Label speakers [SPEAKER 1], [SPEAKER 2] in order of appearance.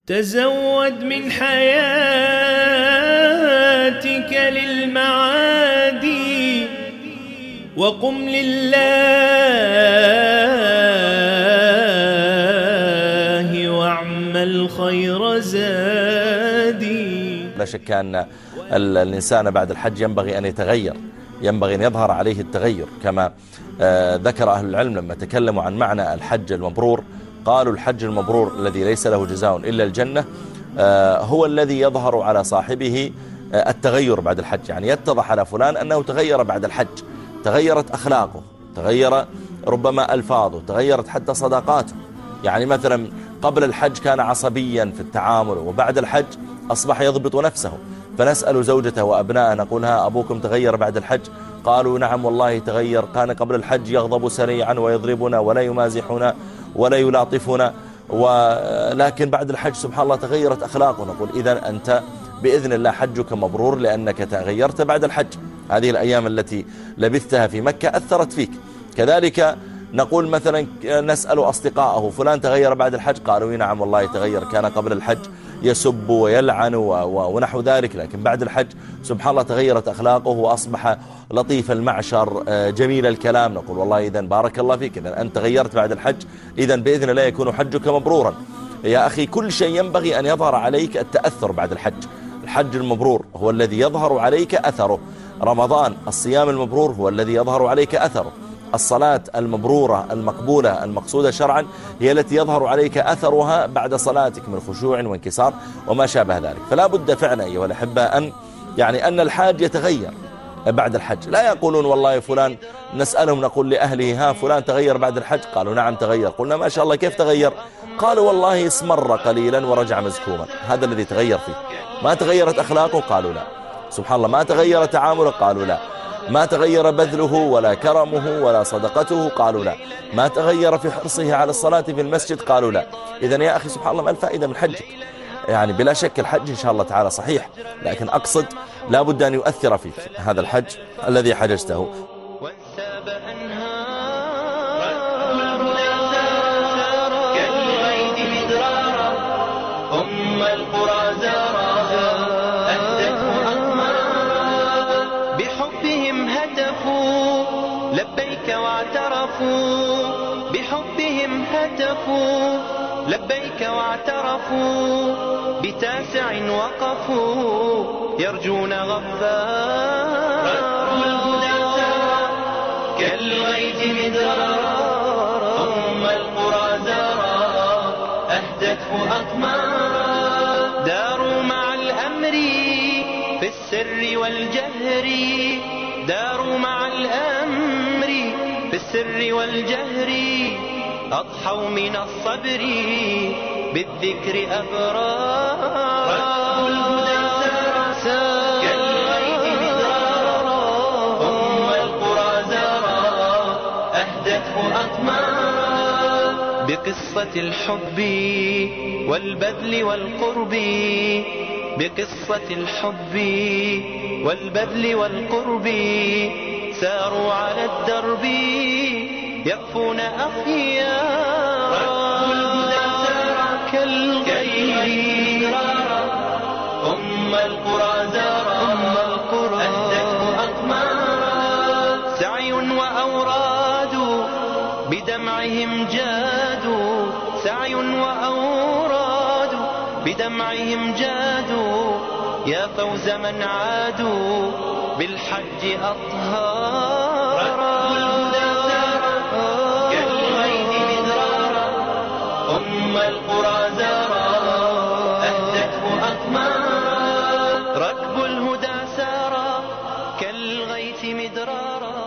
[SPEAKER 1] تزود من حياتك للمعاد وقم لله واعمل خير زادي.
[SPEAKER 2] لا شك أن الإنسان بعد الحج ينبغي أن يتغير، ينبغي أن يظهر عليه التغير، كما ذكر أهل العلم لما تكلموا عن معنى الحج المبرور. قالوا الحج المبرور الذي ليس له جزاء إلا الجنة هو الذي يظهر على صاحبه التغير بعد الحج، يعني يتضح على فلان أنه تغير بعد الحج، تغيرت أخلاقه، تغير ربما ألفاظه، تغيرت حتى صداقاته. يعني مثلا قبل الحج كان عصبيا في التعامل، وبعد الحج أصبح يضبط نفسه. فنسأل زوجته وأبناءه نقول ها أبوكم تغير بعد الحج؟ قالوا نعم والله تغير، كان قبل الحج يغضب سريعا ويضربنا ولا يمازحنا ولا يلاطفنا، ولكن بعد الحج سبحان الله تغيرت أخلاقه. نقول إذن أنت بإذن الله حجك مبرور لأنك تغيرت بعد الحج. هذه الأيام التي لبثتها في مكة أثرت فيك. كذلك نقول مثلا نسأل أصدقائه فلان تغير بعد الحج؟ قالوا نعم والله تغير، كان قبل الحج يسب ويلعن ونحو ذلك، لكن بعد الحج سبحان الله تغيرت أخلاقه وأصبح لطيف المعشر جميل الكلام. نقول والله إذن بارك الله فيك، إذن أنت تغيرت بعد الحج، إذن بإذن الله يكون حجك مبرورا. يا أخي كل شيء ينبغي أن يظهر عليك التأثر بعد الحج. الحج المبرور هو الذي يظهر عليك أثره، رمضان الصيام المبرور هو الذي يظهر عليك أثره، الصلاة المبرورة المقبولة المقصودة شرعا هي التي يظهر عليك أثرها بعد صلاتك من خشوع وانكسار وما شابه ذلك. فلا بد فعلا أيها الأحبة أن الحاج يتغير بعد الحج. لا يقولون والله فلان، نسألهم نقول لأهله ها فلان تغير بعد الحج؟ قالوا نعم تغير. قلنا ما شاء الله كيف تغير؟ قالوا والله اسمر قليلا ورجع مزكوما. هذا الذي تغير فيه. ما تغيرت أخلاقه؟ قالوا لا. سبحان الله. ما تغير تعامله؟ قالوا لا. ما تغير بذله ولا كرمه ولا صدقته؟ قالوا لا. ما تغير في حرصه على الصلاة في المسجد؟ قالوا لا. إذن يا أخي سبحان الله ما الفائدة من حجك؟ يعني بلا شك الحج إن شاء الله تعالى صحيح، لكن أقصد لا بد أن يؤثر فيك هذا الحج الذي حججته.
[SPEAKER 3] لبيك واعترفوا بحبهم هتفوا، لبيك واعترفوا بتاسع وقفوا يرجون غفارا. الهدى سارا كالغيث مدرارا، القرى زارا أهدته أقمارا. داروا مع الأمر في السر والجهر، داروا مع الأمر في السر والجهر، أضحوا من الصبر بالذكر أبرارا. الهدى سارا كالغيث مدرارا، القرى زارا أهدته أقمارا. بقصة الحب والبذل والقرب، بقصة الحب والبذل والقرب، ساروا على الدرب يقفون أخيارا. الهدى سارا كالغيث مدرارا، القرى زارا أهدته أقمارا. سعي وأوراد بدمعهم جادوا، سعي وأوراد بدمعهم جادوا، يا فوز من عادوا بالحج أطهارا. الهدى سارا كالغيث مدرارا، القرى زارا أهدته أقمارا. ركب الهدى سارا كالغيث مدرارا.